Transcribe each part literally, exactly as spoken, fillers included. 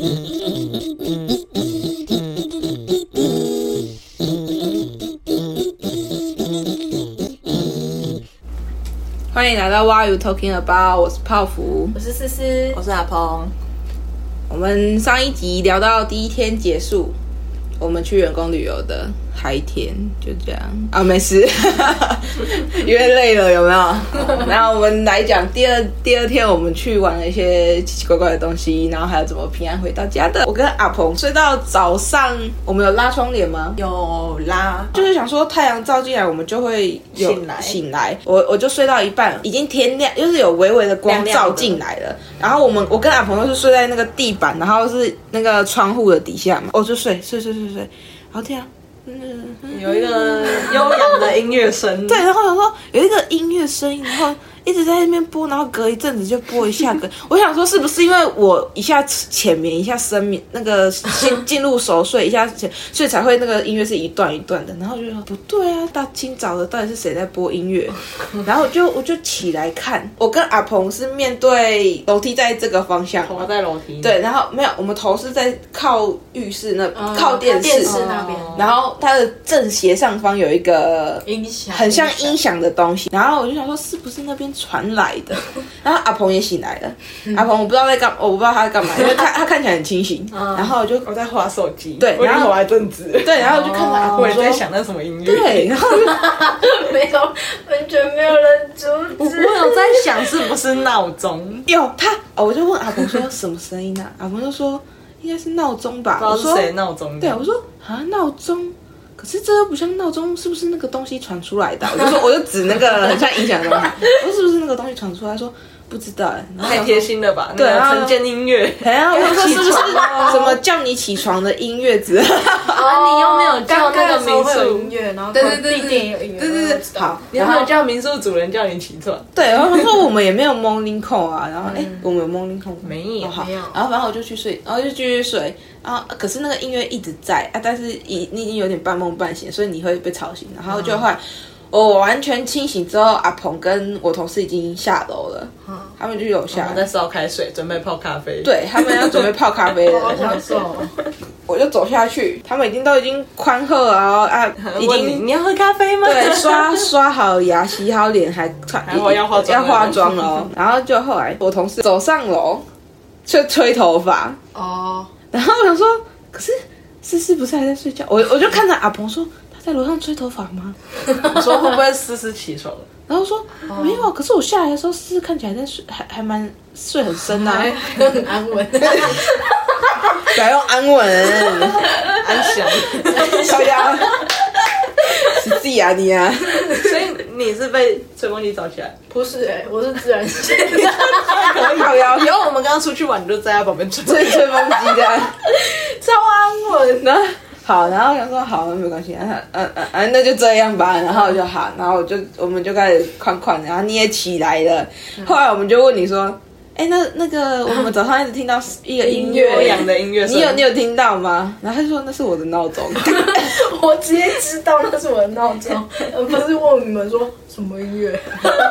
欢迎来到 What Are You Talking About？ 我是泡芙， 我是思思， 我是阿鹏。 我们上一集聊到第一天结束，我们去员工旅游的嗨天，就这样啊，没事，因为累了，有没有？然后我们来讲第二第二天，我们去玩了一些奇奇怪怪的东西，然后还有怎么平安回到家的。我跟阿鹏睡到早上，我们有拉窗帘吗？ 有啦， 就是想说太阳照进来，我们就会有醒来醒来。我我就睡到一半，已经天亮，就是有微微的光照进来了。然后我们我跟阿鹏都是睡在那个地板，然后是那个窗户的底下嘛，我就睡睡睡睡睡，然后天啊。 有一个悠扬的音乐声， 对，然后想说有一个音乐声音，然后一直在那边播，然后隔一阵子就播一下，隔我想说是不是因为我一下浅眠一下深眠，那个进进入熟睡一下浅，所以才会那个音乐是一段一段的，然后我就说不对啊，大清早的到底是谁在播音乐？然后我就我就起来看，我跟阿鹏是面对楼梯在这个方向， 头在楼梯， 对，然后没有，我们头是在靠浴室那、 嗯、 靠电视， 电视那边， 然后它的正斜上方有一个音响， 很像音响的东西，然后我就想说是不是那边传来的，然后阿鹏也醒来了，阿鹏我不知道在干，我不知道他在干嘛，因为他他看起来很清醒，然后我就我在滑手机， 对， 然后滑一阵子， 对，然后我就看到阿我鹏说， 也在想那什么音乐， 对，然后没有，完全没有人阻止。 我有在想是不是闹钟， 有他，哦，我就问阿鹏说什么声音啊？阿鹏就说应该是闹钟吧， 不知道是谁闹钟， 对，我说啊闹钟。可是这又不像闹钟，是不是那个东西传出来的？我就说，我就指那个很像音响的东西，我说是不是那个东西传出来？说不知道哎， 太贴心了吧？ 对， 那个晨间音乐， 哎呀，我说是不是什么叫你起床的音乐之类的？ 啊，你又没有叫那个民宿音乐，然后对对对地点有音乐， 对对对，好， 你有没有叫民宿主人叫你起床？ 对，然后说我们也没有 morning call 啊，然后哎，我们有 morning call 没有， 好，然后反正我就去睡，然后就继续睡。啊！可是那个音乐一直在啊，但是已你已经有点半梦半醒，所以你会被吵醒。然后就后来、嗯、我完全清醒之后，阿鹏跟我同事已经下楼了，嗯、他们就有下来在烧开水，准备泡咖啡。 对，他们要准备泡咖啡了。 好享受。 我就走下去，他们已经都已经宽喝了啊，已经你, 你要喝咖啡吗？ 对，刷刷好牙，洗好脸，还还要化妆要化妆了。然后就后来我同事走上楼去吹头发哦。然后我想说，可是思思不是还在睡觉？我我就看着阿鹏说，他在楼上吹头发吗？ 我说会不会思思起床了？ 然后说、哦、没有，可是我下来的时候，思思看起来在睡，还还蛮睡很深啊， 很安稳。 不要用安稳， 安详， 靠腰，是自己啊你啊。 所以你是被吹风机找起来？ 不是哎、欸，我是自然醒。 靠腰， 以后我们刚刚出去玩，你就在他旁边吹吹吹风机的， 超安稳的。 好，然后想说好，没关系，嗯嗯嗯，那就这样吧。然后就好，然后我就我们就开始款款，然后你也起来了。后来我们就问你说，哎、欸，那那个我们早上一直听到一个音乐， 悠扬的音乐声， 你有你有听到吗？然后他就说那是我的闹钟。 我直接知道那是我的闹钟，而不是问你们说什么音乐。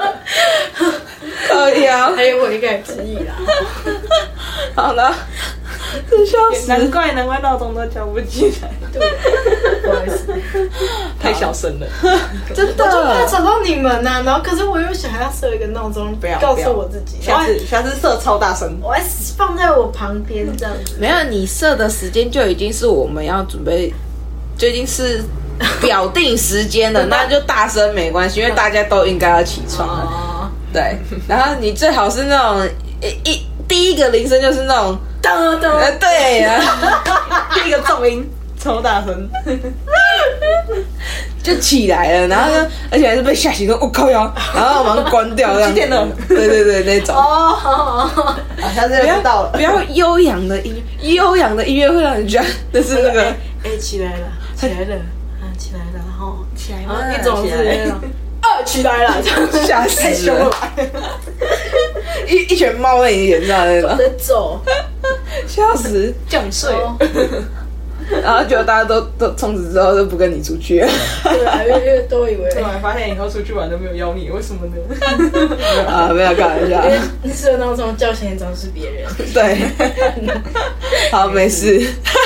可以啊， 还有我一个人之意啦。 好了。真笑死！ 难怪难怪闹钟都叫不起来， 对，不好意思， 太小声了， 真的。 我就怕吵到你们呐、啊，然后可是我又想要设一个闹钟，告诉我自己， 下次下次设超大声， 我还放在我旁边这样子。 没有，你设的时间就已经是我们要准备，就已经是表定时间了，那就大声没关系，因为大家都应该要起床了。哦、对，然后你最好是那种一一第一个铃声就是那种。 噔噔， 呃，对啊， 第一个重音超大声， 就起来了，然后呢，而且还是被吓醒说，我、哦、靠腰，然后马上关掉这样。 几点了？ 对对对，那种。 哦，好，好， 下次就知道了。 不要悠扬的音乐，悠扬的音乐会让人觉得那是那个， 哎、欸欸，起来了，起来了，啊，起来了，然后起来了， 你总是那种。啊，起来了， 吓死了！一一拳猫在你脸上那种， 在走， 笑死， 叫你睡。 然后结果大家都都从此之后都不跟你出去了。 对啊，因为因为都以为突然发现以后出去玩都没有邀你，为什么呢？ 啊，没有开玩笑。 因为那时候闹钟叫醒的总是别人， 对，好，没事。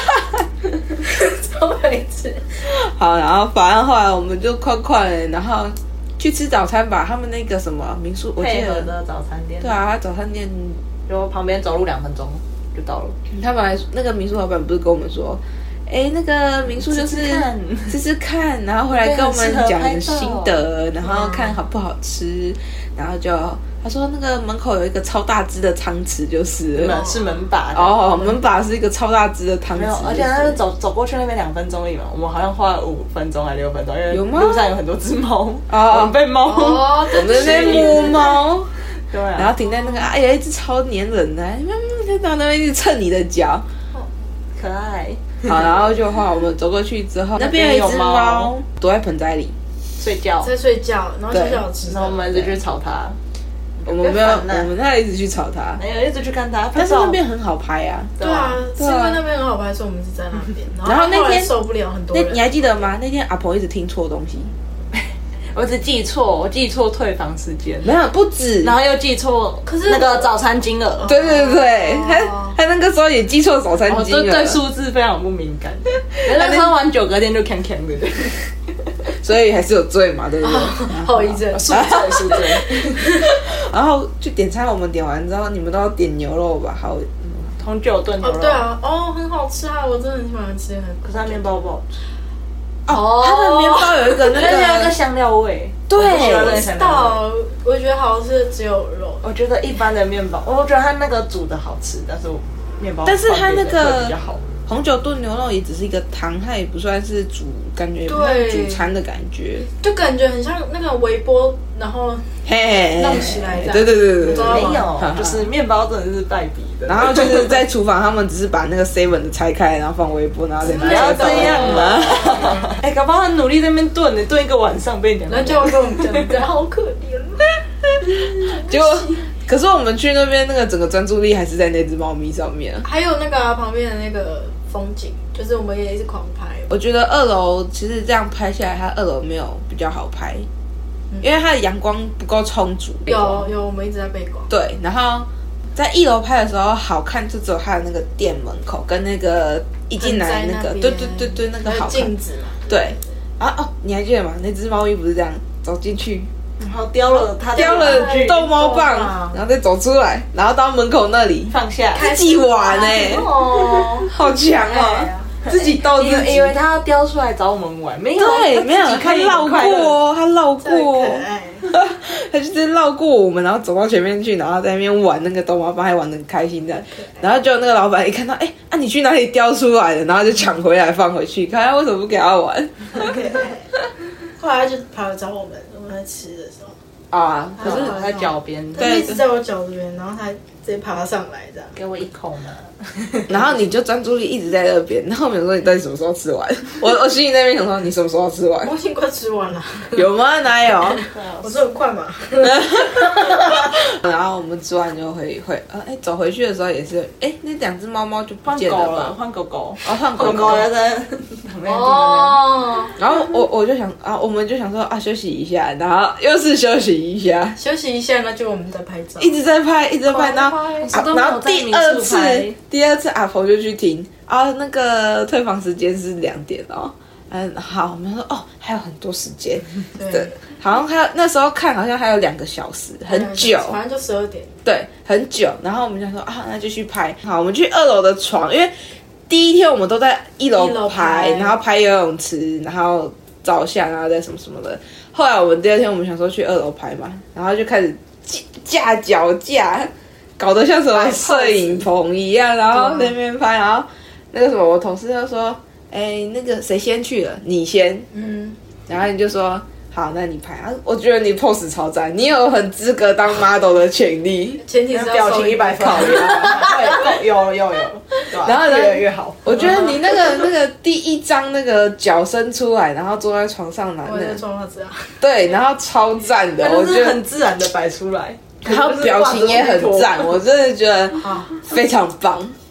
超白痴。 好，然后反正后来我们就快快了，然后去吃早餐吧。他们那个什么民宿，我记得配合的早餐店， 对啊，他早餐店就旁边走路两分钟就到了。 他本来那个民宿老板不是跟我们说，哎，那个民宿就是吃吃看吃吃看，然后回来跟我们讲心得，然后看好不好吃，然后就他说那个门口有一个超大只的汤匙，就是门是门把的哦，门把是一个超大只的汤匙， 没有，而且他们走走过去那边两分钟而已嘛，我们好像花了五分钟还六分钟，因为有吗路上有很多只猫， 哦我们被猫， 哦， 我们在那边摸猫。 对啊， 然后停在那个啊，有一只超黏人的，在那边一直蹭你的脚， 可爱。 好，然后就话我们走过去之后，那边有一只猫躲在盆栽里睡觉， 在睡觉，然后小小吃， 然后我们一直去吵它， 我们没有，我们那一直去吵它， 没有一直去看它， 但是那边很好拍啊。 对啊，是因为那边很好拍，所以我们是在那边。 然后那天受不了很多人， 那你还记得吗？那天阿婆一直听错东西。 我只记错，我记错退房时间， 没有不止， 然后又记错，可是那个早餐金额， 对对对，他他那个时候也记错早餐金额， 对对数字非常不敏感，他喝完酒隔天就锵锵的， 所以还是有醉嘛，对不对？ 后遗症， 宿醉宿醉。 然后就点餐，我们点完之后，你们都要点牛肉吧？好， 红酒炖牛肉， 对啊，哦，很好吃啊，我真的很喜欢吃， 可是它面包不好吃。 哦，它的面包有一个那个， 有一个香料味。 对， 我知道，我觉得好吃的只有肉。 我觉得一般的面包，我觉得它那个煮的好吃，但是面包， 但是它那个比较好。 红酒炖牛肉也只是一个汤，它也不算是煮，感觉不像主餐的感觉， 就感觉很像那个微波，然后嘿弄起来的。 对对对对对，没有，就是面包真的是败笔的。 然后就是在厨房，他们只是把那个 seven 的拆开，然后放微波，然后再拿。 不要这样嘛！哎，搞不好很努力在那边炖呢，炖一个晚上被你讲。 然后就跟我们讲，好可怜。 结果。可是我们去那边，那个整个专注力还是在那只猫咪上面。 还有那个、啊、旁边的那个风景，就是我们也一直狂拍。 我觉得二楼其实这样拍下来，它二楼没有比较好拍，嗯、因为它的阳光不够充足。 有有，我们一直在背光。 对，然后在一楼拍的时候，好看就只有它的那个店门口跟那个一进来那个，对对对对，那个好看。 镜子嘛。 对，啊哦，你还记得吗？那只猫咪不是这样走进去。 然后叼了他叼了逗猫棒，然后再走出来，然后到门口那里放下， 自己玩哎、欸，哦，好强哦！自己逗自己， 以为他要叼出来找我们玩，没有， 对，没有，他绕过，他绕过，他就直接绕过我们，然后走到前面去，然后在那边玩那个逗猫棒，还玩得很开心的。然后就那个老板一看到，哎、欸，啊，你去哪里叼出来的？然后就抢回来放回去，看他为什么不给他玩。 后来他就跑来找我们，我们在吃的时候啊，可是他在脚边， 他一直在我脚这边，然后他直接爬上来这样， 给我一口呢。 然后你就专注力一直在那边，然后我们说你到底什么时候吃完？我我心里那边想说你什么时候吃完？ 我已经快吃完了。 有吗？哪有？ 我说很快嘛。 然后我们吃完就回回呃哎走回去的时候也是哎那两只猫猫就不见了吧？ 换狗狗哦换狗狗在哦。 然后我我就想啊我们就想说啊休息一下，然后又是休息一下， 休息一下那就我们在拍照， 一直在拍一直在拍，然后然后第二次第二次阿婆就去听啊那个退房时间是两点哦。嗯，好，我们说哦，还有很多时间，对，好像还有那时候看好像还有两个小时，很久， 反正就十二点， 对，很久。然后我们想说啊，那就去拍。好，我们去二楼的床，因为第一天我们都在一楼拍，然后拍游泳池，然后照相，然后再什么什么的。后来我们第二天我们想说去二楼拍嘛，然后就开始架脚架，搞得像什么摄影棚一样，然后在那边拍，然后那个什么，我同事就说。哎，那个谁先去了？你先，嗯，然后你就说好，那你拍啊。我觉得你 pose 超赞，你有很资格当 model 的权利。 前提是表情一百分，对，有有有， 然后越来越好。 我觉得你那个那个第一张那个脚伸出来，然后坐在床上拿那个状况这样， 对，然后超赞的，我觉得很自然的摆出来， 然后表情也很赞，我真的觉得非常棒。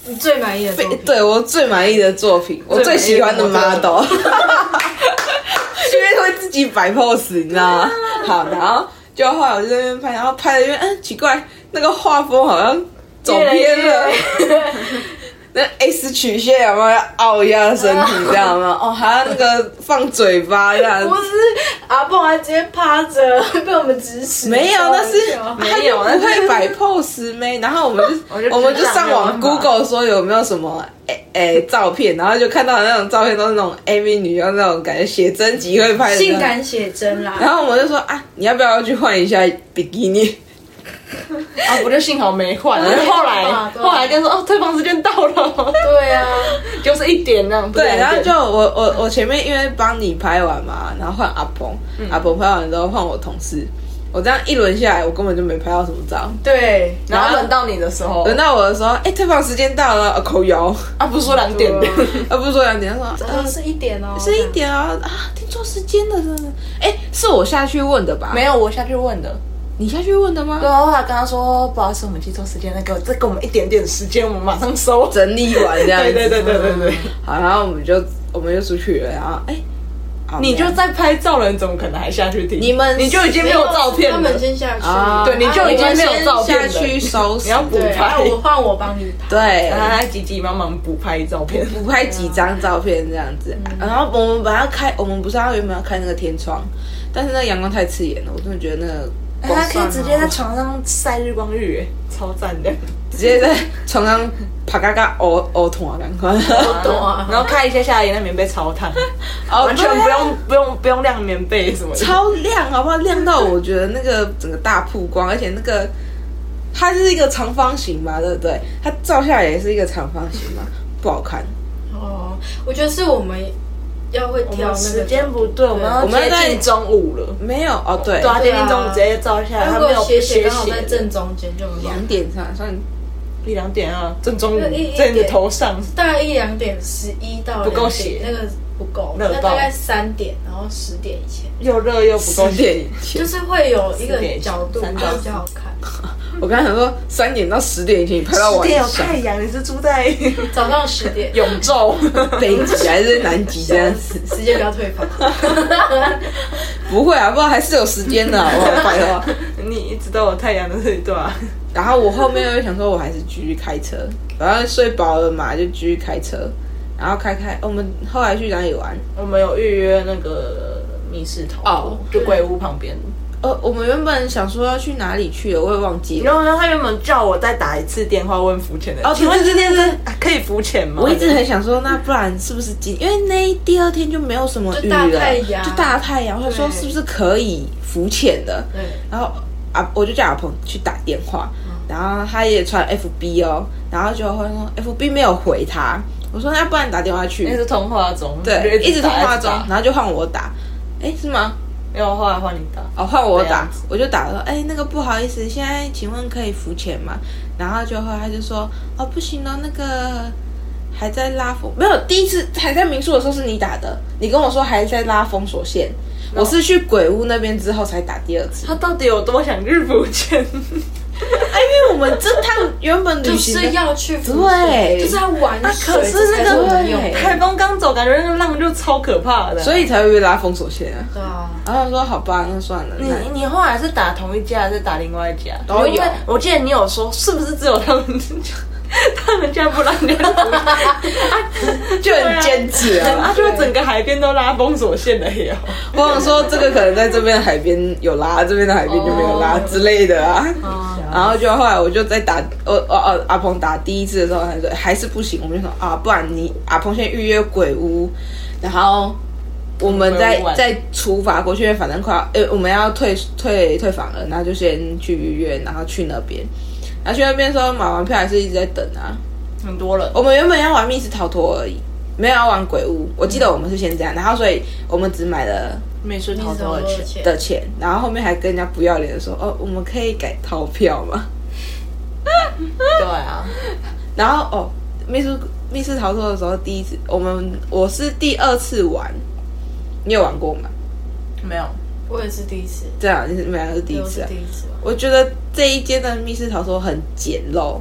你最满意的作品？ 对我最满意的作品，我最喜欢的 model， 因为会自己摆 pose， 你知道吗？好，然后就后来我就在那边拍，然后拍的因为嗯奇怪，那个画风好像走偏了。那 S 曲线有没有要凹一下身体这样吗？哦，还要那个放嘴巴这样。 不是，阿蹦还直接趴着被我们指使。 没有，那是没有， 他就不会摆 pose 咩？然后我们就我就我们就上网 Google 说有没有什么诶诶、欸、照片，然后就看到的那种照片都是那种 A V 女优那种感觉写真集会拍的性感写真啦。 然后我们就说啊，你要不要去换一下比基尼？ 啊，不就幸好没换，后来后来跟说哦，退房时间到了。 对啊， 就是一点那样。 对，然后就我我我前面因为帮你拍完嘛，然后换阿鹏，嗯、阿鹏拍完之后换我同事，我这样一轮下来，我根本就没拍到什么照。 对， 然后轮到你的时候， 轮到我的时候，哎，退房时间到了，口摇啊，不是说两点的， 啊，不是说两点，他说呃是一点哦， 是一点啊啊，听错时间了，真的。哎，是我下去问的吧？ 没有，我下去问的。 你下去问的吗？ 对啊，后来跟他说不好意思，我们记错时间了，给我再给我们一点点时间，我们马上收整理完这样子。 对对对对对对。 好，然后我们就我们就出去了，然后哎。 你就在拍照了，你怎么可能还下去听？ 你们你就已经没有照片了。 他们先下去， 啊、 对，你就已经没有照片了。 下去收拾， 你要补拍， 我换我帮你拍。 对， 然后还急急忙忙补拍照片， 补拍几张照片这样子。嗯、然后我们本来要开，我们不是要原本要开那个天窗，但是那个阳光太刺眼了，我真的觉得那个。 他可以直接在床上晒日光浴，超赞的。 直接在床上啪嘎嘎呕呕吐啊，赶快！ 呕吐啊！ 然后开一下下来，那棉被超烫，完全不用不用不用晾棉被什么的， 超亮，好不好？亮到我觉得那个整个大曝光，而且那个它是一个长方形嘛，对不对？它照下来也是一个长方形嘛，不好看。 哦，我觉得是我们。要会挑那个时间不对，我们要我们接近中午了。 没有哦，对， 对啊，接近中午直接照下来，他没有斜斜刚好在正中间就两点上算一两点啊，正中午在你的头上， 大概一两点十一到不够斜， 那个不够，那大概三点，然后十点以前又热又不够斜， 就是会有一个角度比较好看。 我刚才想说三点到十点以前，你拍到晚上。十点有太阳，你是住在早上十点永州北极还是南极这样子？ 时间不要退房。 不会啊，不过还是有时间的，好不好？拜托。 你一直都有太阳的这一段。 然后我后面又想说，我还是继续开车，反正睡饱了嘛，就继续开车。然后开开，我们后来去哪里玩？ 我们有预约那个密室逃脱，哦，就鬼屋旁边。 呃，我们原本想说要去哪里去了，我也忘记了。 然后他原本叫我再打一次电话问浮潜的， 哦， 请问今天是可以浮潜吗？ 我一直很想说，那不然是不是今？因为那第二天就没有什么雨了， 就大太阳， 就大太阳，我说是不是可以浮潜的？ 对。 然后啊，我就叫阿鹏去打电话，嗯、然后他也传 F B 哦，然后就会说 F B 没有回他，我说那不然打电话去， 一直通话中， 对，一直通话中，然后就换我打，哎，是吗？ 没有，后来换你打。 哦，换我打，我就打了说，哎、欸，那个不好意思，现在请问可以浮潜吗？然后就后来他就说，哦，不行哦，那个还在拉封，没有，第一次还在民宿的时候是你打的，你跟我说还在拉封锁线，我是去鬼屋那边之后才打第二次。 他到底有多想去浮潜？ 啊，因为我们这趟原本旅行就是要去浮潜，对， 就是要玩水。 可是那个台风刚走，感觉那个浪就超可怕的， 所以才会被拉封锁线啊。 对啊。 然后他说好吧，那算了。 你你后来是打同一家还是打另外一家？ 都有。 我记得你有说，是不是只有他们？他们家不让人家浮， 就很坚持啊， 啊，就整个海边都拉封锁线了哟。 我想说，这个可能在这边的海边有拉，这边的海边就没有拉之类的啊。哦、然后就后来我就在打，哦哦哦，阿鹏打第一次的时候，他说还是不行，我们就说啊，不然你阿鹏先预约鬼屋，然后我们再再出发过去，反正快要，呃，我们要退退退房了，然后就先去预约，然后去那边。然后去那边的时候买完票还是一直在等啊， 很多人。 我们原本要玩密室逃脱而已，没有要玩鬼屋。我记得我们是先这样，然后所以我们只买了密室逃脱的钱的钱，然后后面还跟人家不要脸的说，哦，我们可以改套票吗？ 对啊， 然后哦，密室密室逃脱的时候第一次，我们我是第二次玩，你有玩过吗？ 没有。 我也是第一次， 对啊，你们两个是第一次啊。 第一次， 我觉得这一间的密室逃脱很简陋，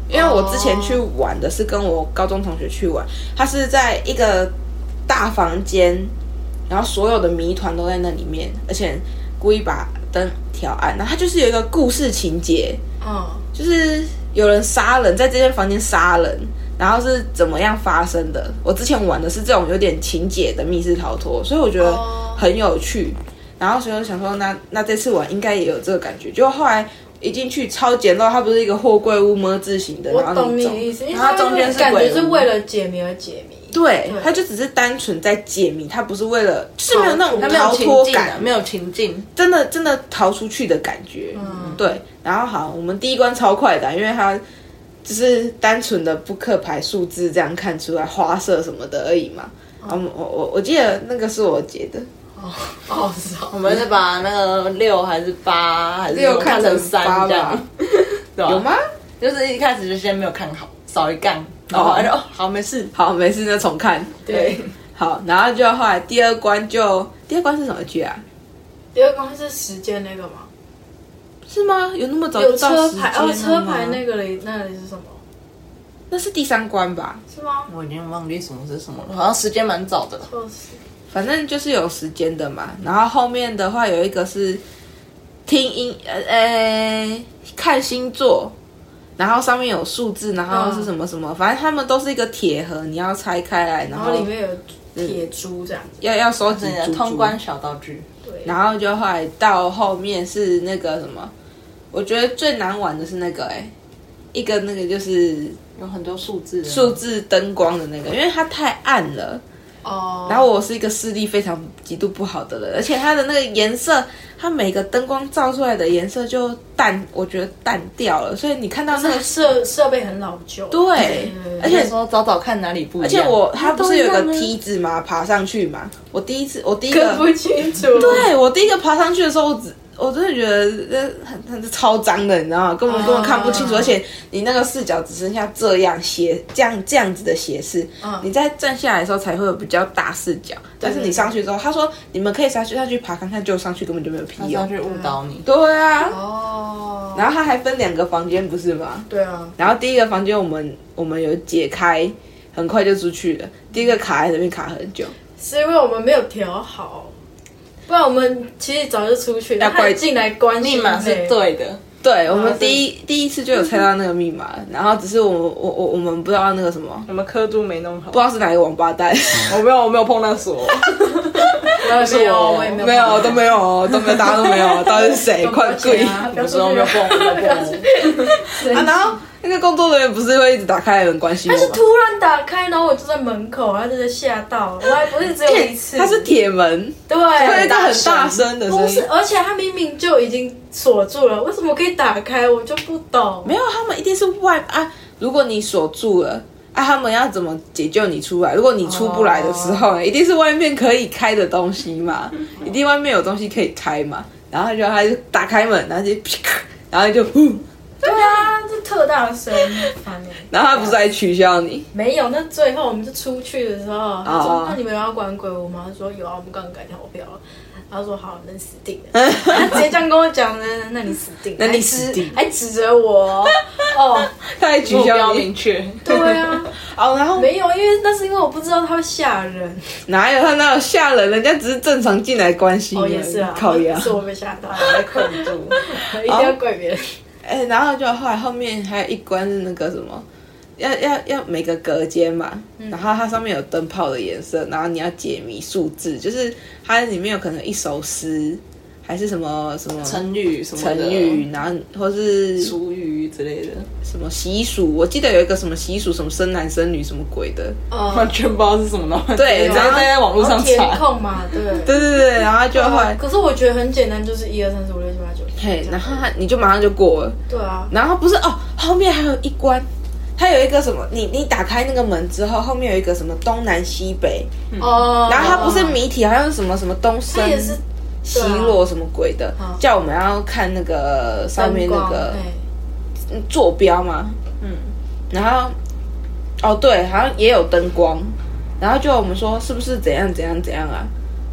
因为我之前去玩的是跟我高中同学去玩，他是在一个大房间，然后所有的谜团都在那里面，而且故意把灯调暗，然后它就是有一个故事情节， 嗯， 就是有人杀人，在这间房间杀人，然后是怎么样发生的。我之前玩的是这种有点情节的密室逃脱，所以我觉得很有趣。然后所以我想说那，那那这次玩应该也有这个感觉。结果后来一进去超简陋，它不是一个货柜屋么字形的， 我然后懂你走的意思，因为然后中间是感鬼屋觉是为了解谜而解谜。 对，它就只是单纯在解谜，它不是为了，就是没有那种它没有逃情境脱感， 啊，没有情境， 真的真的逃出去的感觉。嗯，对。然后好，我们第一关超快的，因为它只是单纯的扑克牌数字这样看出来花色什么的而已嘛。嗯，我我我记得那个是我解的。 哦哦，是哦。 我们是把那个六还是八还是六看成成三八这样吧， 对吧？ 有吗？ 就是一开始就先没有看好，少一杠，然后就哦好没事， 好，没事，那重看。 对， 好，然后就后来第二关就第二关是什么剧啊？ 第二关是时间那个吗？ 是吗？有那么早有就到时间车牌哦， 了车吗牌那个里那里是什么？ 那是第三关吧？ 是吗？ 我已经忘记什么是什么了，好像时间蛮早的。 就是反正就是有时间的嘛。然后后面的话有一个是听音呃呃看星座，然后上面有数字，然后是什么什么，反正他们都是一个铁盒，你要拆开来，然然后后里面有铁珠这样子。 要要收集真的珠珠通关小道具， 对， 然后就后来到后面是那个什么，我觉得最难玩的是那个哎、欸，一个那个就是有很多数字的数字灯光的那个，因为它太暗了。 哦， 然后我是一个视力非常极度不好的人，而且它的那个颜色，它每个灯光照出来的颜色就淡，我觉得淡掉了，所以你看到那个那个设设备很老旧。 对，而且说找找看哪里不一样。 而且我它不是有个梯子吗？爬上去嘛。我第一次，我第一个看不清楚。 对我第一个爬上去的时候，我只我真的觉得这很很超脏的，你知道吗？根本根本看不清楚，而且你那个视角只剩下这样斜这样这样子的斜视， 嗯你在站下来的时候才会有比较大视角。但是你上去之后，他说你们可以上去上去爬看看，就上去根本就没有屁用。 他上去误导你。 对啊， 哦， 然后他还分两个房间，不是吗？ 对啊， 然后第一个房间我们我们有解开，很快就出去了。第一个卡在那边卡很久， 是因为我们没有调好，不然我们其实早就出去了。 要怪他进来关密码是对的， 对，我们第一第一次就有猜到那个密码，然后只是我们我我我们不知道那个什么， 我们刻珠没弄好不知。道是哪个王八蛋， 我没有，我没有碰那锁。 没有，我也没有， 没有都没有哦，都没有，大家都没有，到底是谁？快跪！啊， 不要我说没有碰，没有碰。 然后那个工作人员不是会一直打开门关心我吗？ 他是突然打开，然后我就在门口，他真的吓到，我还不是只有一次， 它是铁门， 对， 会一个很大声的声音不是，。而且他明明就已经锁住了，为什么可以打开？我就不懂。 没有，他们一定是外啊，如果你锁住了。啊，他们要怎么解救你出来？如果你出不来的时候呢，一定是外面可以开的东西嘛，一定外面有东西可以开嘛。然后就他就打开门，然后就啪，然后就呼， 对啊，这特大声，烦欸然后他不是还取消你？ 没有，那最后我们就出去的时候，他说：“ 哦那你们有要关鬼屋吗？”他说：“有啊，我们刚刚改投票了。”他说：“好，那你死定了。”他直接这样跟我讲的，那你死定了， 那你死定了还指还指着我哦， 他还取目标消你？ 明确。 对啊， 哦，然后没有，因为那是因为我不知道他会吓人。 哪有他哪有吓人？人家只是正常进来关心哦，也是啊， 靠呀。 是我被吓到， 被困住。 一定要怪别人。 哎、然后就后来后面还有一关是那个什么，要要要每个隔间嘛， 嗯然后它上面有灯泡的颜色，然后你要解谜数字，就是它里面有可能一首诗，还是什么什么成语什么的成语，然后或是俗语之类的， 什么习俗，我记得有一个什么习俗，什么生男生女什么鬼的， 哦完全不知道是什么东西。 对直接在网络上填查。 空嘛，对。 对对对，然后就后来， 可是我觉得很简单，就是一二三四五六七八九。 嘿，然后他你就马上就过了， 对啊， 然后不是哦，后面还有一关。它有一个什么，你你打开那个门之后，后面有一个什么东南西北， 哦， 然后它不是谜题，好像是什么什么东升它也是西落什么鬼的， 嗯叫我们要看那个上面那个灯光嗯坐标嘛， 嗯， 然后哦对，好像也有灯光，然后就我们说是不是怎样怎样怎样啊，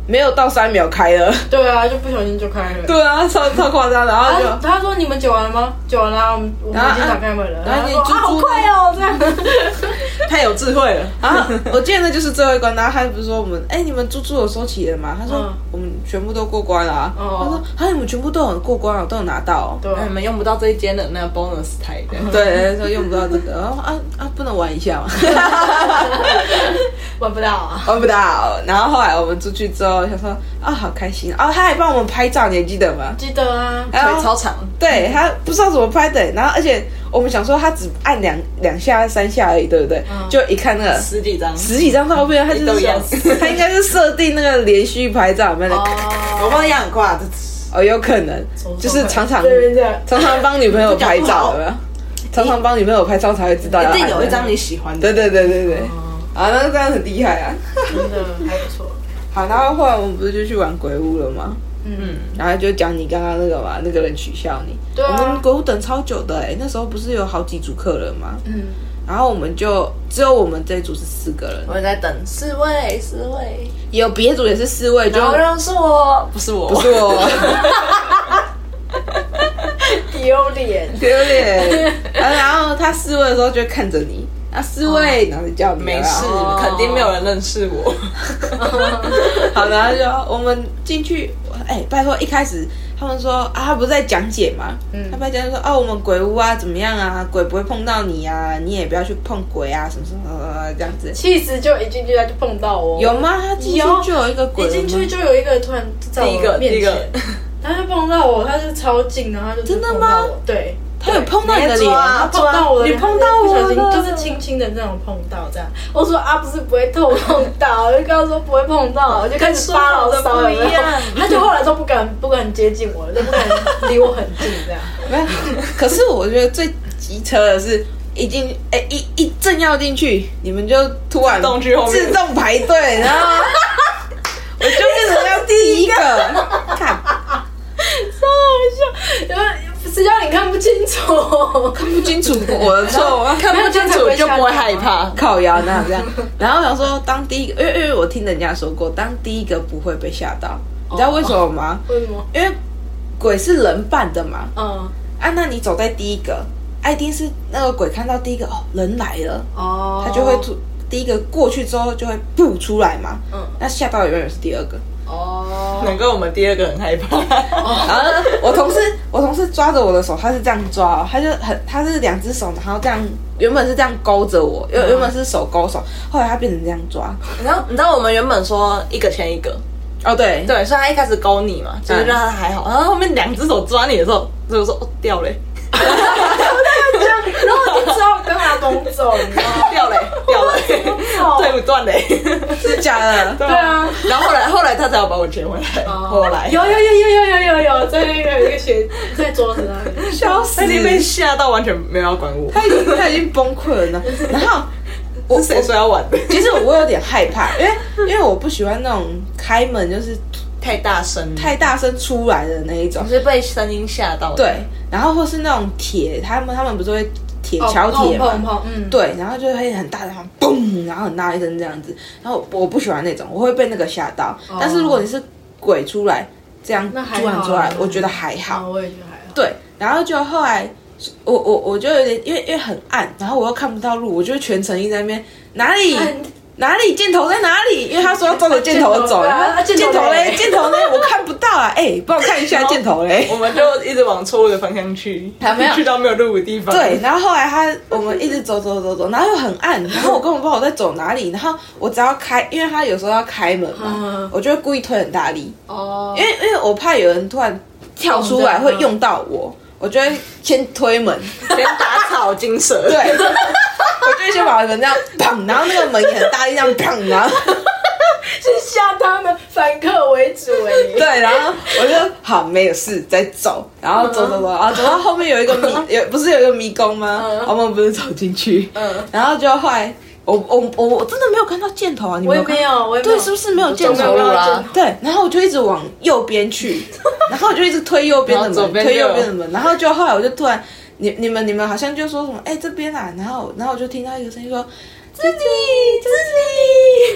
没有到三秒开了。 对啊，就不小心就开了。 对啊，超超夸张，然后就、 啊、他说你们酒完了吗？酒完了、啊，我们我们已经打开门了。 然后你猪猪、 啊、好快哦，这样太有智慧了。 啊！我记得那就是最后一关，然后他不是说我们，哎、欸，你们猪猪有收齐了吗？他说、嗯、我们全部都过关了、啊。哦、他说啊，你们全部都有过关了，都有拿到、哦。 对、啊，你们用不到这一间的那个 bonus 台的。 对，说用不到这个，然后啊啊，不能玩一下吗？ 玩不到啊， 玩不到。然后后来我们出去之后，他说啊，好开心啊！他还帮我们拍照，你还记得吗？ 记得啊， 腿超长。 对，他不知道怎么拍的，然后而且我们想说他只按两两下、三下而已，对不对？嗯、就一看那个十几张、 十几张照片，他就是他应该是设定那个连续拍照，有没有？ 哦，我放的样很快， 哦，有可能就是常常常常帮女朋友拍照，有没有？常常帮女朋友拍照才会知道， 一定有一张你喜欢的。 对对对对对，啊，那这样很厉害啊， 真的还不错。 好，然后后来我们不是就去玩鬼屋了吗？嗯，然后就讲你刚刚那个嘛，那个人取笑你。对啊。我们鬼屋等超久的哎、欸，那时候不是有好几组客人吗？嗯。然后我们就只有我们这一组是四个人， 我们在等四位，四位。 也有别组也是四位，就然后是我，不是我， 不是我。 丢脸， 丢脸。然后他四位的时候就会看着你。啊，四位，然后就叫你没事，哦、肯定没有人认识我。 好，然后就我们进去，哎、欸，拜托，一开始他们说啊，他不是在讲解嘛，嗯，他不是讲说哦，我们鬼屋啊怎么样啊，鬼不会碰到你啊，你也不要去碰鬼啊，什么什么这样子。 其实就一进去他就碰到我， 有吗？他进去就有一个鬼， 一进去就有一个突然在我面前，他就碰到我，他就超近，然后他就真的吗？ 对。 他有碰到你的脸， 他碰到我的脸， 你碰到我不小心就是轻轻的那种碰到这样。我说啊，不是不会痛碰到，我就跟他说不会碰到，我就开始发牢骚了。他就后来都不敢不敢接近我了，就不敢离我很近这样。 没有，可是我觉得最机车的是。一进哎、欸、一一正要进去，你们就突然自动去后面自动排队，然后我就变成要第一个，看， 超好笑，因为谁叫你看不清楚， 看不清楚我的错， 看不清楚就不会害怕， 靠腰那这样。然后我想说，当第一个，因为因为我听人家说过，当第一个不会被吓到，你知道为什么吗？ 为什么？ 因为鬼是人扮的嘛， 嗯， 啊，那你走在第一个。一定是那个鬼看到第一个哦人来了哦，他就会第一个过去之后就会步出来嘛，嗯，那吓到的永远是第二个哦，难怪我们第二个很害怕。 哦、然后我同事我同事抓着我的手，他是这样抓、哦，他就很他是两只手，然后这样原本是这样勾着我，原原本是手勾手，后来他变成这样抓。 你知道你知道我们原本说一个牵一个。 哦，对对，所以他一开始勾你嘛，就是让他还好，然后后面两只手抓你的时候，就说哦掉嘞。 然后我就知道跟阿东走，你知道吗？ 掉嘞，掉嘞，腿不断嘞， 是假的。 对啊， 然后后来后来他才要把我牵回来。后来有有有有有有有有在那个一个鞋在桌子那里， 笑死！ 他已经被吓到完全没有要管我， 他已经他已经崩溃了呢。然后我是谁说要玩的？ 其实我有点害怕，因为因为我不喜欢那种开门就是太大声、 太大声出来的那一种， 是被声音吓到的。 对，然后或是那种铁，他们他们不是会铁桥铁嘛， 砰砰砰，嗯， 对，然后就会很大的，然后嘣，然后很大一声这样子。然后我不喜欢那种，我会被那个吓到。哦、但是如果你是鬼出来这样突然出来，我觉得还好。 哦、我也觉得还好。 对，然后就后来我我我就有点，因为因为很暗，然后我又看不到路，我就全程一直在那边哪里。哪里箭头在哪里？因为他说要照着箭头走，然后箭头嘞，箭头嘞，我看不到啊！哎、欸，帮我看一下箭头嘞。 我们就一直往错误的方向去，去到没有路的地方。 对，然后后来他我们一直走走走走，然后又很暗，然后我根本不知道我在走哪里。然后我只要开，因为他有时候要开门嘛，嗯、我就会故意推很大力哦，因为因为我怕有人突然跳出来会用到我。我就会先推门， 先打草惊蛇。 对，我就会先把门这样砰，然后那个门也很大力，这样砰，然后是吓他们反客为主哎。 对，然后我就好没有事再走，然后走走走，然后走到后面有一个迷，有不是有一个迷宫吗？嗯、我们不是走进去，嗯，然后就后来。我我我我真的没有看到箭头啊！你们有看我也没有，我也没有。 对，是不是没有箭头啊？ 对，然后我就一直往右边去，然后我就一直推右边的门，推右边的门，然后就后来我就突然，你你们你们好像就说什么，哎、欸、这边啊，然后然后我就听到一个声音说自己自己，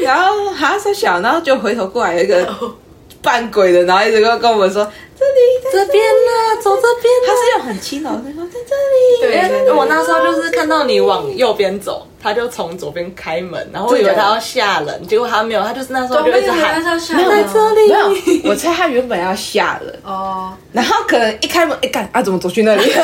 然后哈说小，然后就回头过来有一个扮鬼的，然后一直跟跟我们说这里这边啦，走这边。 他是用很轻柔的说在这里。 对对对， 我那时候就是看到你往右边走，他就从左边开门，然后我以为他要吓人，结果他没有，他就是那时候就一直喊在这里。 没有，我猜他原本要吓人哦， 然后可能一开门，哎干啊，怎么走去那里？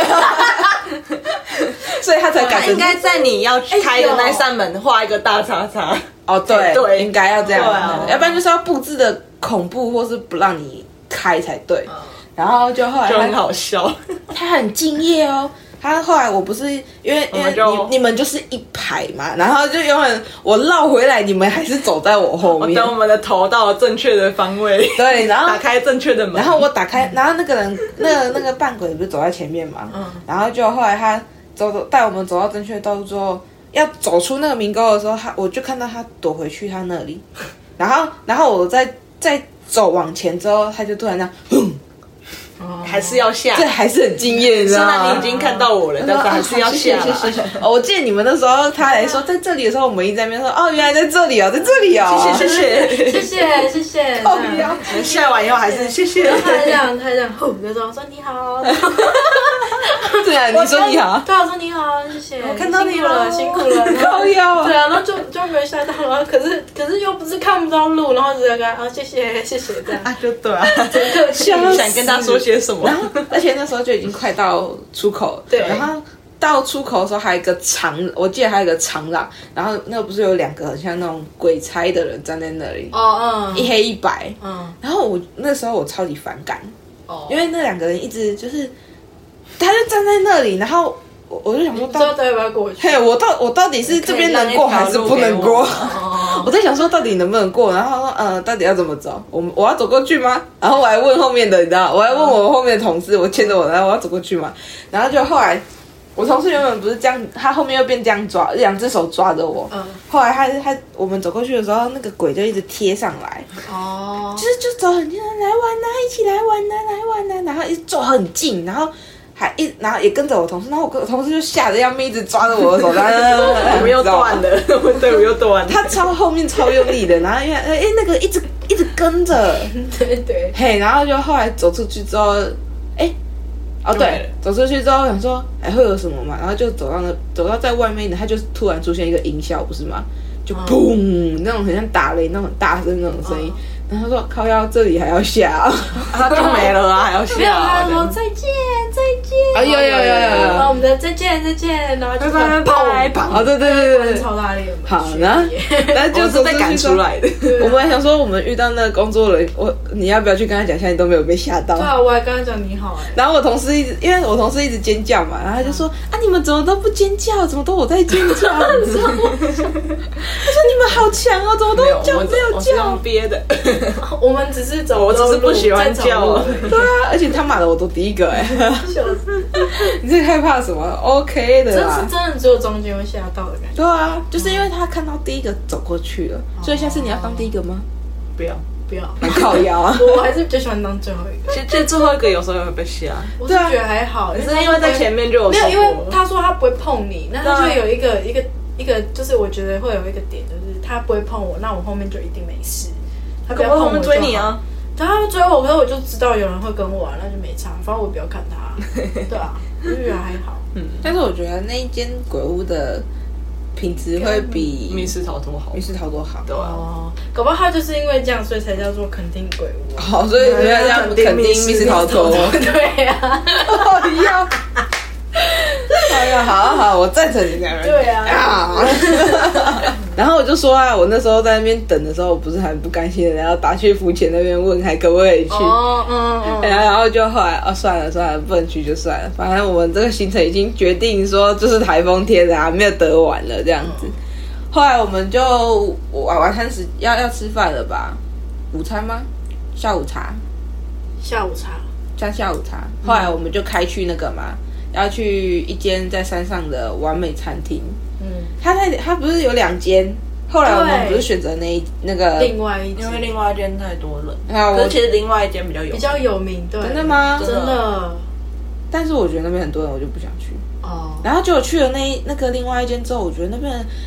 所以他才改成应该在你要开的那扇门画一个大叉叉。 哦，对对应该要这样， 啊要不然就是要布置的恐怖，或是不让你开才对。然后就后来就很他好笑， 他很敬业哦。他后来我不是因为因为你你们就是一排嘛，然后就永远我绕回来，你们还是走在我后面。 等我们的头到了正确的方位， 对，然后打开正确的门， 然后我打开，然后那个人那个那个扮鬼不是走在前面嘛，嗯，然后就后来他走走带我们走到正确的道路之后，要走出那个迷沟的时候，他我就看到他躲回去他那里，然后然后我再再走往前之后，他就突然这样，哼。 还是要下， 这还是很惊艳，你知道吗？ 虽然你已经看到我了，但是还是要下。 谢谢。哦，我记得你们那时候他来说在这里的时候，我们一直在那边说，哦，原来在这里哦，在这里哦。 谢谢谢谢谢谢谢谢。 靠腰， 下完以后还是谢谢。 他这样他这样，吼，就说说你好。 对啊，你说你好。 对啊，我说你好，谢谢。 我看到你了，辛苦了。 靠腰。 对啊，然后就就没吓到了，可是可是又不是看不到路，然后只能跟啊谢谢谢谢这样。 啊，就对啊， 真客气。 想跟他说些什么？ 然后，而且那时候就已经快到出口， 对， 然后到出口的时候还有一个长，我记得还有一个长廊，然后那个不是有两个很像那种鬼差的人站在那里， 哦嗯， 一黑一白， 嗯， 然后我那时候我超级反感， 哦， 因为那两个人一直就是，他就站在那里，然后我我就想说， 到底要不要过去？ 嘿，我到我到底是这边能过还是不能过？我在想说到底能不能过，然后说呃，到底要怎么走？我我要走过去吗？然后我还问后面的，你知道，我还问我后面的同事，我牵着我，然后我要走过去吗？然后就后来我同事原本不是这样，他后面又变这样抓，两只手抓着我。嗯。后来他他我们走过去的时候，那个鬼就一直贴上来。哦。就是就走很近，来玩呐、啊，一起来玩呐、啊，来玩呐、啊，然后一直走很近，然后。还一，然后也跟着我同事，然后我同事就吓得要命，一直抓着我的手，然后我们又断了，对，我又断了。 他超后面超用力的，然后因为哎那个一直一直跟着， 对对， 嘿，然后就后来走出去之后，哎，哦对，走出去之后想说还会有什么嘛，然后就走到那走到在外面的，他就突然出现一个音效，不是吗？就砰、嗯、那种很像打雷那种很大声那种声音。嗯然后他说：“靠腰这里还要下、哦， 他就没了啊，还要下、哦。” 没有，他说再见再见。 啊有有有有有。 然后我们的再见再见，然后就砰砰砰。 哦对对对对， 超大力。 好，然后然后就是被赶出来的。 我们还想说，我们遇到那个工作人员，我你要不要去跟他讲一下，你都没有被吓到？ 对啊，我还跟他讲你好哎。 然后我同事一直，因为我同事一直尖叫嘛，然后他就说：“啊，你们怎么都不尖叫？怎么都我在尖叫？”他说：“你们好强哦，怎么都叫没有叫？” 憋的。 我们只是走， 我只是不喜欢叫。 对啊，而且他妈的我都第一个哎、欸，你这害怕什么 ？OK 的啦， 这是真的只有中间会吓到的感觉。 对啊，就是因为他看到第一个走过去了，所以下次你要当第一个吗？ 不要不要， 很靠腰啊！ 我还是比较喜欢当最后一个。 其实其实最后一个有时候也会被吓， 我是觉得还好， 可是因为在前面就有没有，因为他说他不会碰你，那他就有一个一个一个，就是我觉得会有一个点，就是他不会碰我，那我后面就一定没事。他不要碰我追你啊！ 他要追我，可是我就知道有人会跟我玩，那就没差。反正我不要看他，对啊，我就觉得还好。 嗯，但是我觉得那一间鬼屋的品质会比密室逃脱好， 密室逃脱好。 对啊， 哦，搞不好他就是因为这样，所以才叫做肯定鬼屋。 好，所以你要这样肯定密室逃脱。 对呀， 要。哎呀，好好好，我赞成你这样。 对啊。啊然后我就说啊，我那时候在那边等的时候，我不是很不甘心的，然后打去浮潜那边问还可不可以去。哦，嗯嗯。然后就后来哦，算了算了，不能去就算了，反正我们这个行程已经决定说就是台风天的啊，没有得玩了这样子。后来我们就晚晚餐时要要吃饭了吧？午餐吗？下午茶。 下午茶。 加下午茶。后来我们就开去那个嘛。要去一间在山上的完美餐厅，嗯，他在他不是有两间，后来我们不是选择那一那个另外一间， 因为另外一间太多人， 啊， 可是其实另外一间比较有名比较有名，对， 真的吗？ 真的， 但是我觉得那边很多人，我就不想去哦。然后就去了那那个另外一间之后，我觉得那边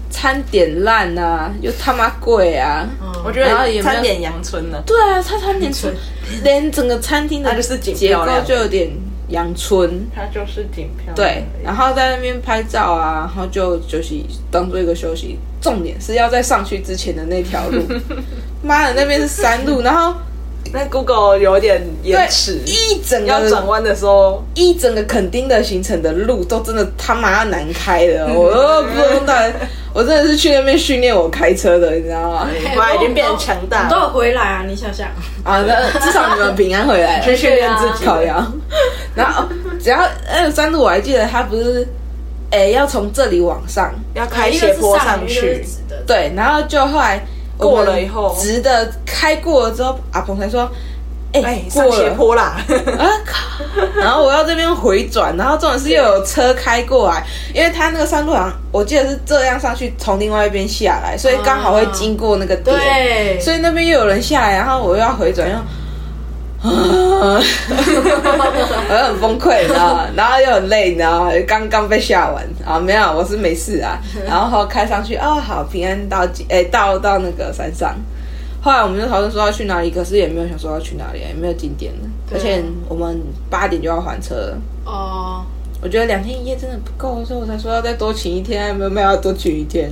餐点烂啊，又他妈贵啊。 嗯我觉然后也没有得餐点阳春呢， 对啊，它餐点村连整个餐厅的它就是景结构漂亮就有点阳春。 它就是景漂亮。 对，然后在那边拍照啊，然后就休息，当做一个休息。重点是要在上去之前的那条路，妈的，那边是山路，然后那 Google 有点延迟， 一整个要转弯的时候， 一整个垦丁的行程的路都真的他妈难开了，我都不知道，我真的是去那边训练我开车的，你知道吗？ 后来已经变成强大你都有回来啊！你想想， 啊，那至少你们平安回来了， 去训练自己。 烤羊，然后只要那个山路，我还记得他不是，哎，要从这里往上， 要开斜坡上去， 对，然后就后来过了以后， 直的开过了之后，阿鹏才说，哎、 哎， 过上斜了。 坡啦， 啊靠！然后我要这边回转，然后重点是又有车开过来，因为他那个山路好像我记得是这样上去，从另外一边下来，所以刚好会经过那个点， 对， 所以那边又有人下来，然后我又要回转，又。我又很崩溃，你知道吗？然后又很累，你知道吗？刚刚被吓完啊，没有，我是没事啊。然后开上去，哦，好，平安到，哎，到到那个山上。后来我们就讨论说要去哪里，可是也没有想说要去哪里，也没有景点了。而且我们八点就要还车了。 哦， 我觉得两天一夜真的不够，所以我才说要再多请一天，没有没有要多请一天。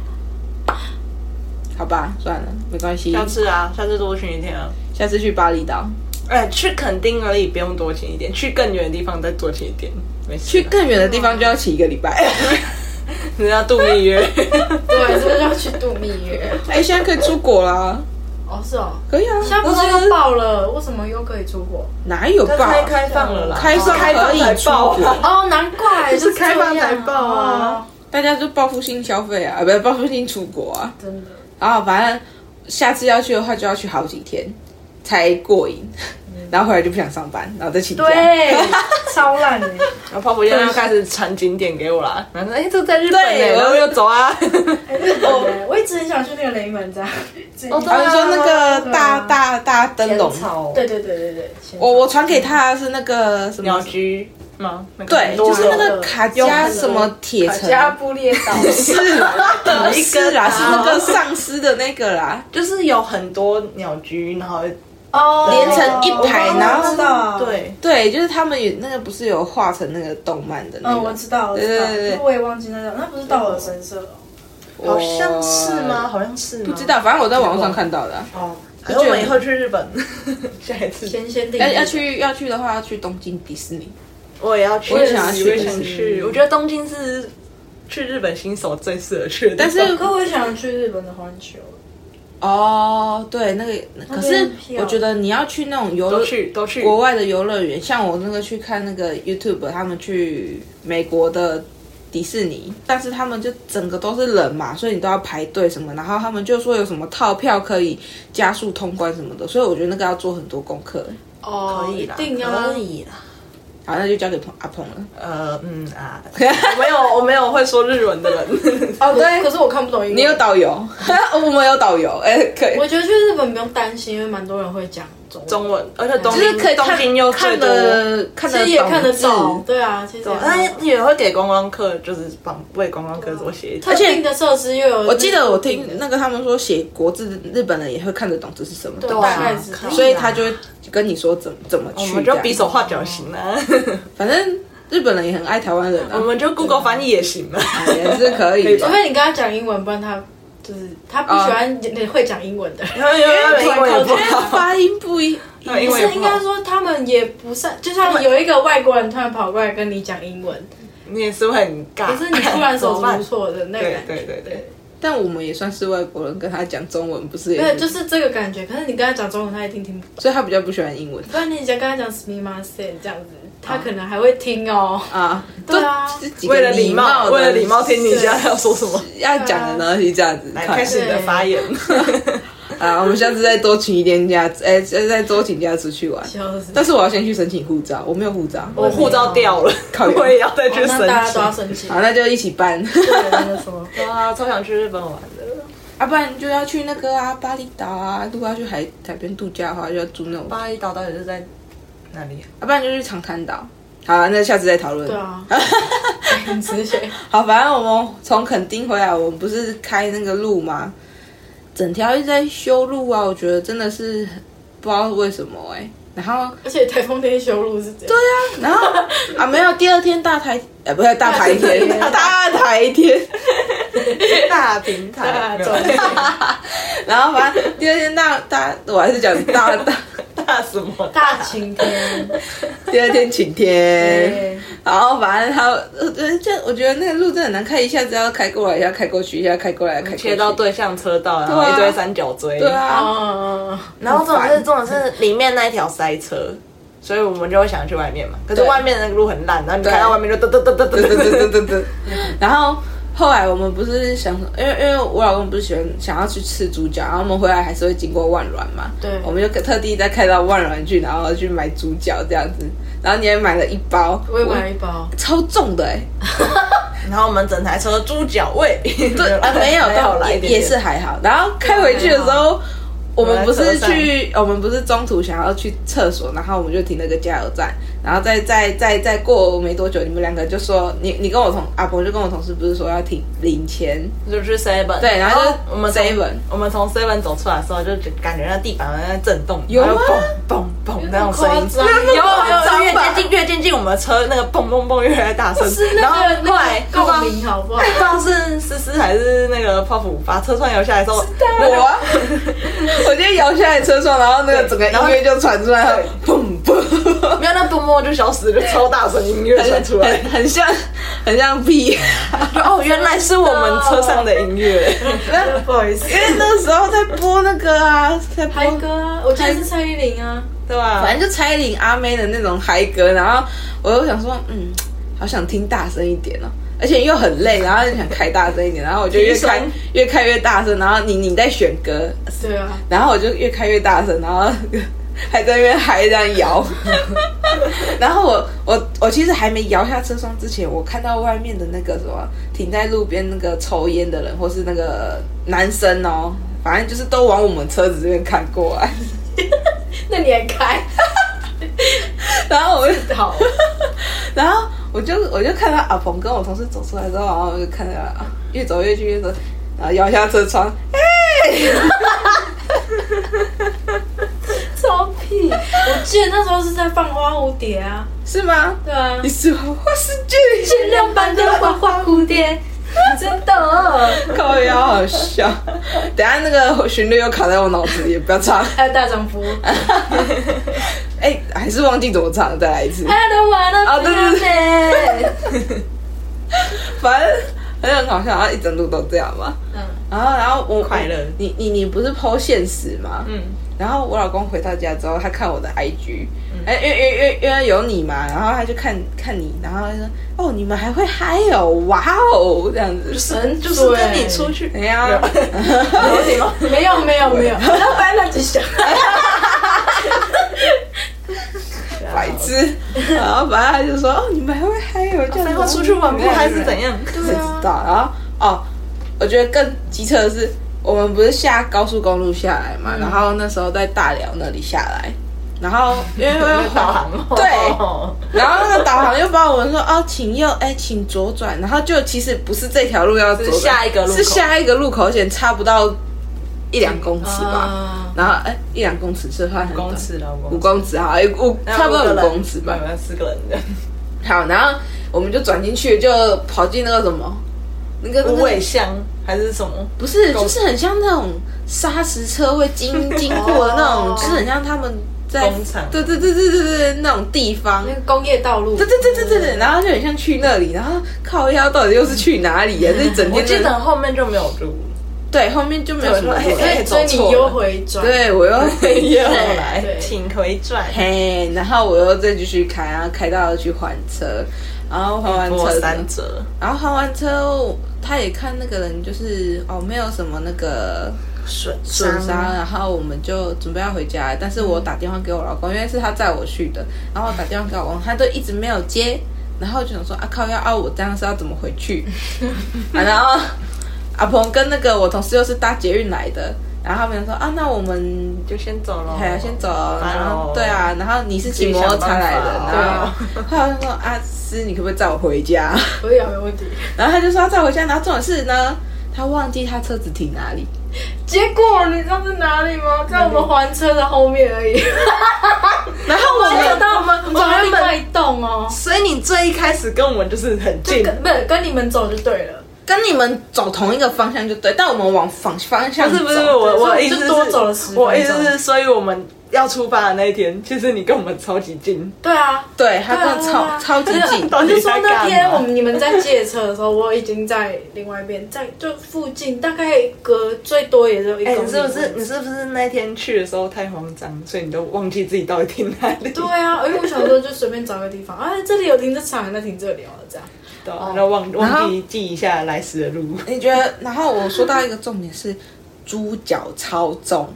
好吧，算了，没关系。 下次啊，下次多请一天啊。 下次去巴厘岛。 哎，去垦丁而已，不用多请一点，去更远的地方再多请一点，没事。 去更远的地方就要请一个礼拜。 人家度蜜月。 对，是不是要去度蜜月？ 哎，现在可以出国啦。 哦，是哦， 可以啊。 现在不是又爆了？为什么又可以出国？ 哪有爆？ 开开放了啦， 开放可以出国。 哦，难怪就是开放才爆啊！ 大家就报复性消费啊，不是报复性出国啊。 真的。 然后反正下次要去的话，就要去好几天才过瘾。然后回来就不想上班，然后再请假。 对，超烂的。 然后泡芙现在要开始传景点给我啦。然后说：“哎，这在日本对呢。”然后又走啊。 日本，我一直很想去那个雷门站。 哦，他们说那个大大大灯笼。 对对对对对。 我我传给他的是那个什么鸟居吗？ 对，就是那个卡加什么铁城。 卡加布列岛。 是啦，不是啦，是那个丧尸的那个啦， 就是有很多鸟居，然后。 哦， 连成一排，然后对对，就是他们有那个不是有画成那个动漫的那个， 嗯，我知道，我知道，对对对，我也忘记那个，那不是道尔神社哦，好像是吗？好像是吗？ 不知道，反正我在网上看到的。 哦， 我们以后去日本，下一次先先定。 要要去要去的话，要去东京迪士尼。 我也要去， 我也想去， 我也想去。我觉得东京是去日本新手最适合去的， 但是可我也想去日本的环球。 哦，对，那个可是我觉得你要去那种游都去都去国外的游乐园，像我那个去看那个 YouTube， 他们去美国的迪士尼，但是他们就整个都是人嘛，所以你都要排队什么，然后他们就说有什么套票可以加速通关什么的，所以我觉得那个要做很多功课。 哦， 可以啦， 一定要可以啦。 好，那就交给阿鹏了。 呃，嗯啊，我没有，我没有会说日文的人。 哦，对， 可是我看不懂英文。 你有导游，我们有导游，哎、欸，可以。 我觉得去日本不用担心，因为蛮多人会讲中文， 中文，而且东就是可以东京又最多， 看得其实也看得懂。对啊，其实他也会给观光客，就是帮为观光客做写。 特定的设施又有， 我记得我听那个他们说写国字，日本人也会看得懂这是什么东西， 大概知道， 所以他就会跟你说怎么怎么去， 我们就比手画脚行啊。 反正日本人也很爱台湾人啊， 我们就 Google 翻译也行嘛， 也是可以。 除非你跟他讲英文，不然他就是他不喜欢会讲英文的人， 因为英文也不好， 发音不一。 不是应该说他们也不善，就像有一个外国人突然跑过来跟你讲英文， 你也是会很尬， 可是你突然手足无措的那个感觉。 对对对。 但我们也算是外国人，跟他讲中文不是也？ 对，就是这个感觉。可是你跟他讲中文，他一定听不懂， 所以他比较不喜欢英文。 不然你讲跟他讲 s m i m a s e 这样子，他可能还会听哦。 啊， 对啊， 为了礼貌，为了礼貌听你现在要说什么， 要讲的呢是这样子。 来开始你的发言。 啊，我们下次再多请一天假，哎，再多请假出去玩。但是我要先去申请护照，我没有护照， 我护照掉了，我也要再去申请。 大家都要申请。 好，那就一起办。 对，那就说， 哇，超想去日本玩的。 啊，不然就要去那个啊，巴厘岛啊。如果要去海海边度假的话，就要住那种。 巴厘岛到底是在哪里？ 啊，不然就去长滩岛。好，那下次再讨论。 对啊。 很直觉。 好，反正我们从垦丁回来，我们不是开那个路吗？整条一直在修路啊，我觉得真的是不知道为什么哎、欸。然后， 而且台风天修路是这样。 对啊，然后啊没有，第二天大台，呃不是大台天，大台天， 大平台， 然后反正第二天大大，我还是讲大大大什么大晴天， 第二天晴天，然后反正他，呃，这我觉得那个路真的很难开，一下子要开过来，一下开过去，一下开过来，开过去， 切到对向车道，然后一堆三角锥， 对啊， 嗯， 然后这种是这种是里面那一条塞车。所以我们就会想去外面嘛，可是外面的那个路很烂，然后你开到外面就噔噔噔噔噔噔噔噔噔。 然后后来我们不是想，因为因为我老公不是喜欢想要去吃猪脚，然后我们回来还是会经过万峦嘛， 对， 我们就特地再开到万峦去，然后去买猪脚这样子。然后你也买了一包， 我也买了一包， 超重的哎、欸。 然后我们整台车猪脚味， 对啊，没有，但也也是还好。然后开回去的时候。我们不是去，我们不是中途想要去厕所，然后我们就停那个加油站，然后再再再再过没多久，你们两个就说，你你跟我同阿婆就跟我同事不是说要停领钱， 就去 seven， 对，然后就我们 seven， 我们从 seven 走出来的时候，就感觉那地板在震动， 有吗？ 嘣嘣那种声音， 有有越接近越接近我们的车，那个嘣嘣嘣越来越大声，然后后来共鸣好不好？ 不知道是思思还是那个泡芙把车窗摇下来之后， 我啊。我就摇下来车窗，然后那个整个音乐就传出来，砰砰， 没有那嘣嘣就消失了，就超大声音乐传出来， 很很像很像屁。 哦，原来是我们车上的音乐， 不好意思， 因为那时候在播那个啊，在播嗨歌啊，我记得是蔡依林啊， 对吧？ 反正就蔡依林、阿妹的那种嗨歌，然后我又想说，嗯，好想听大声一点哦。而且又很累，然后就想开大声一点，然后我就越开越开越大声，然后你你在选歌， 对啊， 然后我就越开越大声，然后还在那边嗨这样摇，然后我我我其实还没摇下车窗之前，我看到外面的那个什么停在路边那个抽烟的人，或是那个男生哦，反正就是都往我们车子这边看过来， 那你还开？ 然后我就好， 然后我就我就看到阿鹏跟我同事走出来之后，然后我就看到越走越近越走，然后摇下车窗，哎、欸， 超屁！我记得那时候是在放花蝴蝶啊， 是吗？ 对啊， 你是花世界限量版的花花蝴蝶。真的， 靠腰好笑。等一下那个旋律又卡在我脑子里，不要唱。 还有大丈夫， 哎、欸，还是忘记怎么唱，再来一次。 I don't wanna 哦，对对对，反正很很好笑，然后一整路都这样嘛。嗯，然后然后我快乐， 你你你不是 po 现实吗？ 嗯。 然后我老公回到家之后，他看我的 I G， 哎、嗯，因为因为因为因为有你嘛，然后他就看看你，然后他说：“哦，你们还会嗨哦，哇哦，这样子。” 就是就是跟你出去， 怎样？ 有你吗？没有没有没有，不要白乱想。 白痴，然后反正他就说：“哦，你们还会嗨哦，这样子。”出去玩不还是怎样？ 不知道。然后哦，我觉得更机车的是。我们不是下高速公路下来嘛，嗯、然后那时候在大寮那里下来，然后因为导航对，然后那个导航又帮我们说哦，请右，哎，请左转，然后就其实不是这条路要左转， 是下一个路口， 是下一个路口，而且差不到一两公尺吧， 嗯、 然后哎一两公尺是算五公尺了， 五公尺好，五差不多五公尺吧， 四个人的。 好，然后我们就转进去，就跑进那个什么。那个无尾巷还是什么？ 不是，就是很像那种砂石车会经经过的那种，就是很像他们在工厂， 对对对对对对那种地方， 那个工业道路， 对对对对对对，然后就很像去那里，然后靠腰到底又是去哪里呀、啊？这整天我记得后面就没有路， 对，后面就没有什么路， 所以你又回转， 对我又回又来，请回转， 嘿，然后我又再继续开，然后开到去还车。然后还完车， 三折。 然后还完车，他也看那个人，就是哦，没有什么那个损损伤，然后我们就准备要回家。但是我打电话给我老公，因为是他载我去的，然后我打电话给我老公，他都一直没有接，然后就想说啊靠，要啊我这样是要怎么回去？啊、然后阿鹏跟那个我同事又是搭捷运来的。 然后他们就说啊，那我们就先走了， 对啊，先走了。然后对啊，然后你是骑摩托车来的，然后他就说啊，师，你可不可以载我回家？ 可以啊，没问题。 然后他就说要载回家，然后这种事呢，他忘记他车子停哪里。 结果你知道是哪里吗？在我们还车的后面而已。 然后我没有到我们我们另外一栋哦。 所以你最一开始跟我们就是很近， 不是跟你们走就对了。 跟你们走同一个方向就对，但我们往反方向走。 不是不是，我我意思是多走了十分钟。 我意思是，所以我们要出发的那一天，其实你跟我们超级近。 对啊， 对，他跟超超级近。 我就说那天我们你们在借车的时候，我已经在另外一边，在就附近，大概隔最多也就一公里。 你是不是你是不是那天去的时候太慌张，所以你都忘记自己到底停哪里？ 对啊，因为我想说就随便找个地方，哎，这里有停车场，那停这里哦，这样。 对，然后忘忘记记一下来时的路。 你觉得？然后我说到一个重点是猪脚超重。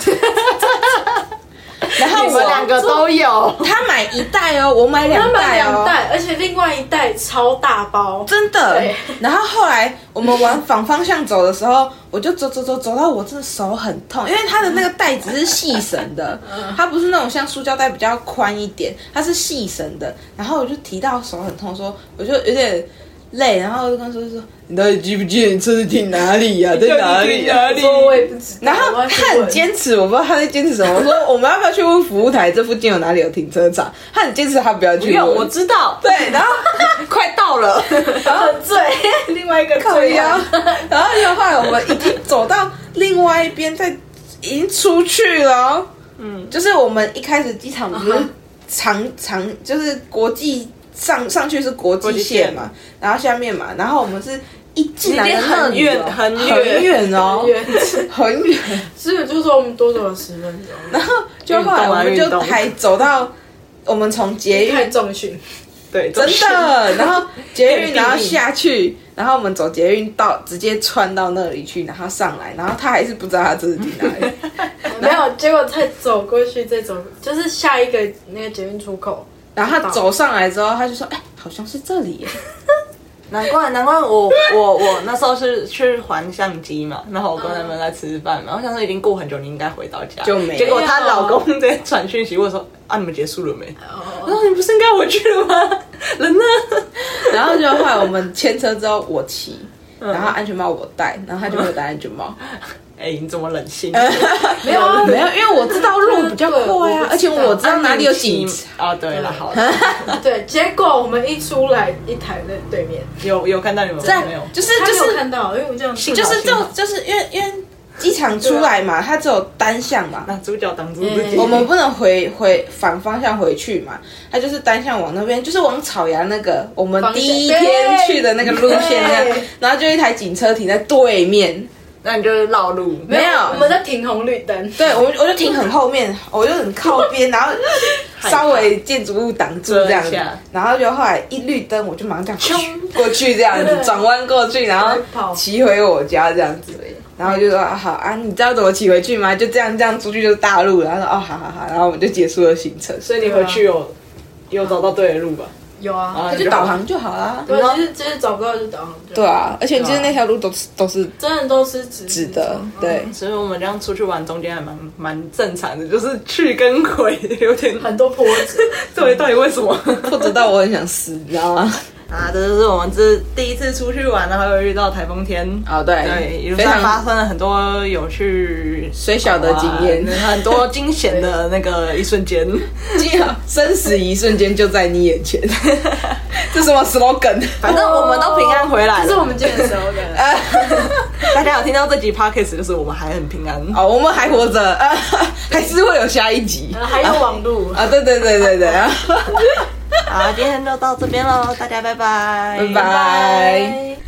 然后我们两个都有， 他买一袋哦，我买两袋哦， 他买两袋，而且另外一袋超大包， 真的。然后后来我们往反方向走的时候，我就走走走走到我真的手很痛，因为它的那个袋子是细绳的，它不是那种像塑胶袋比较宽一点，它是细绳的。然后我就提到手很痛，说我就有点累，然后我就跟他说说，你到底记不记得你车子停哪里呀、啊？在哪里、啊？ 哪里？我也不知道。 然后他很坚持，我不知道他在坚持什么。我说我们要不要去问服务台，这附近有哪里有停车场？他很坚持，他不要去问。 不用，我知道。 对，然后快到了， 然后醉，另外一个醉呀。然后又后来我们已经走到另外一边，在已经出去了。嗯，就是我们一开始机场不是长长，就是国际。上上去是国际线嘛，然后下面嘛，然后我们是一进来的很远很远很远哦，很远， 是不是就说我们多走了十分钟？ 然后就后来我们就还走到我们从捷运重训， 对， 真的，然后捷运然后下去，然后我们走捷运到直接穿到那里去，然后上来，然后他还是不知道他这是停哪里， 没有，结果再走过去再走，就是下一个那个捷运出口。 然后他走上来之后，他就说：“哎、欸，好像是这里耶。” 难怪难怪我我我那时候是去还相机嘛，然后我跟他们在吃饭嘛，我想说已经过很久，你应该回到家， 就没。 结果她老公直接传讯息问说：“啊，你们结束了没？”我说：“你不是应该回去了吗？人呢？” 然后就后来我们牵车之后，我骑，然后安全帽我戴，然后他就没有戴安全帽。 哎、欸，你怎么冷心？ 没有啊， 没有，因为我知道路比较快啊，而且我知道哪里有警察。哦，对了，好的。 对，结果我们一出来，一台在对面， 有有看到你们在没有？ 就是就是看到，因为我这样， 就是这种，就是因为因为机场出来嘛，它只有单向嘛， 那主角挡住自己， 我们不能回回反方向回去嘛，它就是单向往那边，就是往草衙那个我们第一天去的那个路线那样，然后就一台警车停在对面。 那你就绕路， 没有，我们在停红绿灯。 对，我我就停很后面，我就很靠边，然后稍微建筑物挡住这样子，然后就后来一绿灯，我就马上这样冲过去这样子，转弯过去，然后骑回我家这样子，然后就说、啊、好啊，你知道怎么骑回去吗？就这样这样出去就是大路，然后说哦好好好，然后我们就结束了行程。 所以你回去有有找到对的路吧？ 有啊， 他就导航就好啦。 对，其实其实找不到就导航就好。 对啊，而且其实那条路都是都是真的都是直直的，对。 所以我们这样出去玩，中间还蛮蛮正常的，就是去跟回有点很多波折。 对，到底为什么？ 不知道，我很想死，你知道吗？ 啊，这就是我们这第一次出去玩，然后又遇到台风天。 哦，对， 对，一路上发生了很多有趣、 虽小的经验， 很多惊险的那个一瞬间， 生死一瞬间就在你眼前。这什么 slogan？ 反正我们都平安回来了。 这是我们今天的 slogan。 大家有听到这集 podcast， 就是我们还很平安哦，我们还活着，呃，还是会有下一集， 还有网路啊，对对对对对。 好，今天就到这边喽，大家拜拜， 拜拜。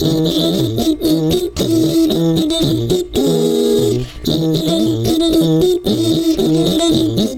拜拜